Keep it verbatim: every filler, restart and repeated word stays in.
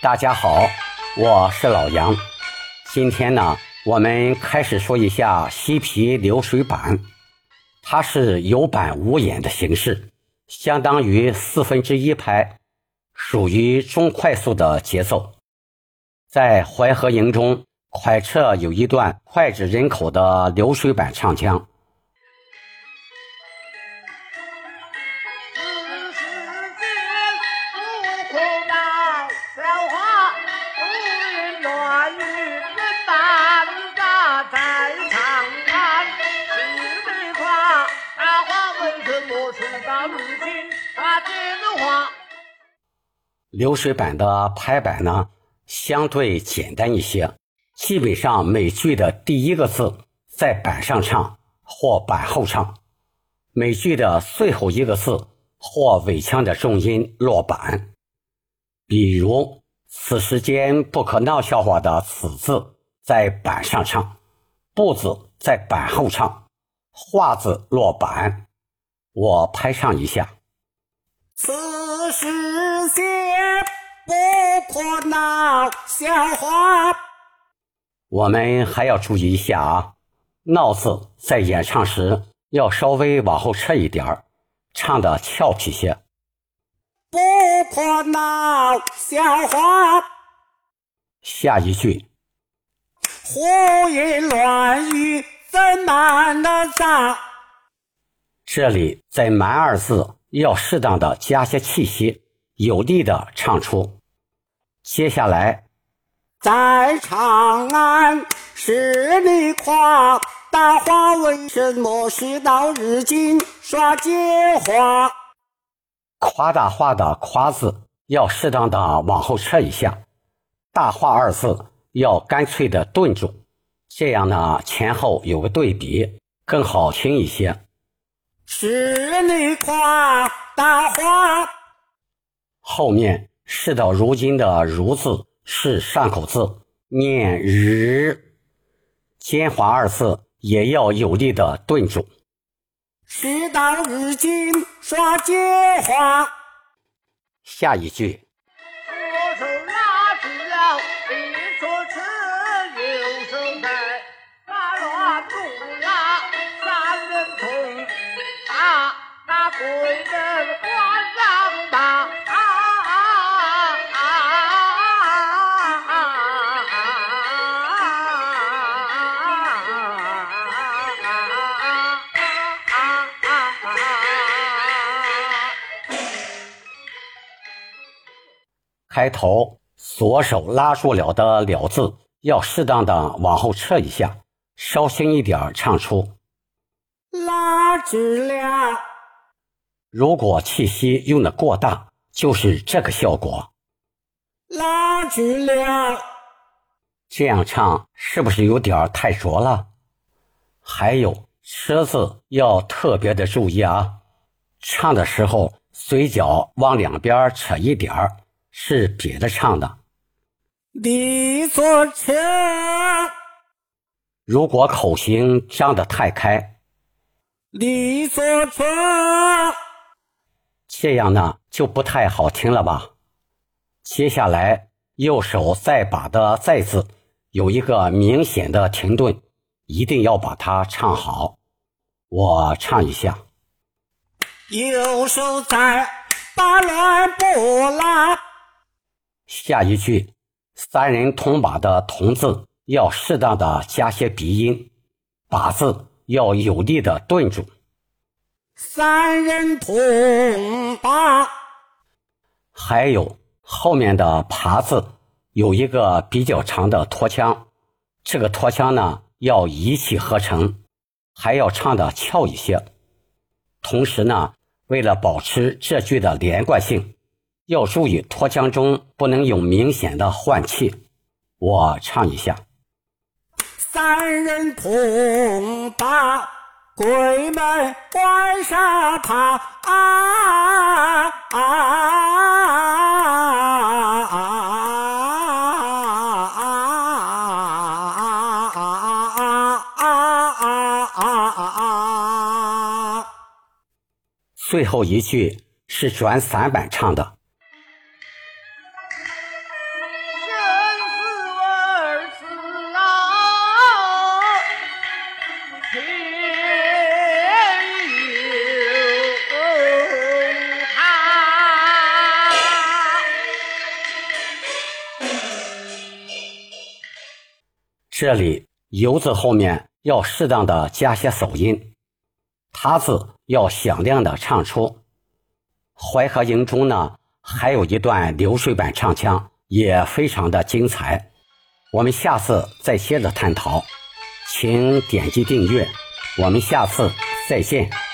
大家好，我是老杨。今天呢，我们开始说一下西皮流水板。它是有板无眼的形式，相当于四分之一拍，属于中快速的节奏。在淮河营中，蒯彻有一段脍炙人口的流水板唱腔。流水板的拍板呢，相对简单一些，基本上每句的第一个字在板上唱或板后唱，每句的最后一个字或尾腔的重音落板。比如此时间不可闹笑话的此字在板上唱，不字在板后唱，话字落板。我拍唱一下。 此世间不可闹笑话。 我们还要注意一下啊，闹字在演唱时要稍微往后撤一点，唱的俏皮些。 不可闹笑话。 下一句， 胡言乱语怎瞒得上？ 这里在瞒二字要适当的加些气息，有力的唱出。接下来， 在长安十里夸，大话为什么事到如今耍奸猾？ 夸大话的夸字要适当的往后撤一下，大话二字要干脆的顿住，这样呢前后有个对比，更好听一些。 十里夸大话， 后面事到如今的如字是上口字，念日，奸猾二字也要有力的顿住。 事到如今耍奸猾。 下一句， 左手拉住了一撮刺，右手在把乱住了三人同，啊，那贵人关上吧。 开头左手拉住了的了字要适当的往后撤一下，稍轻一点唱出。 拉住了， 如果气息用的过大，就是这个效果。 拉住了， 这样唱是不是有点太浊了？还有车字要特别的注意啊，唱的时候嘴角往两边扯一点儿，是瘪着唱的。 你坐车， 如果口型张得太开， 你坐车， 这样呢就不太好听了吧。接下来右手再把的再字有一个明显的停顿，一定要把它唱好。我唱一下。 右手在把乱拨拉。 下一句三人同把的同字要适当的加些鼻音，把字要有力的顿住。 三人同把， 还有后面的爬字有一个比较长的拖腔，这个拖腔呢要一气呵成，还要唱的俏一些。同时呢，为了保持这句的连贯性，要注意拖腔中不能有明显的换气。我唱一下。 三人同把，鬼门关上他，啊啊啊！ 最后一句是转散板唱的。 这里游字后面要适当的加些手音，他字要响亮的唱出。淮河营中呢，还有一段流水板唱腔，也非常的精彩。我们下次再接着探讨，请点击订阅，我们下次再见。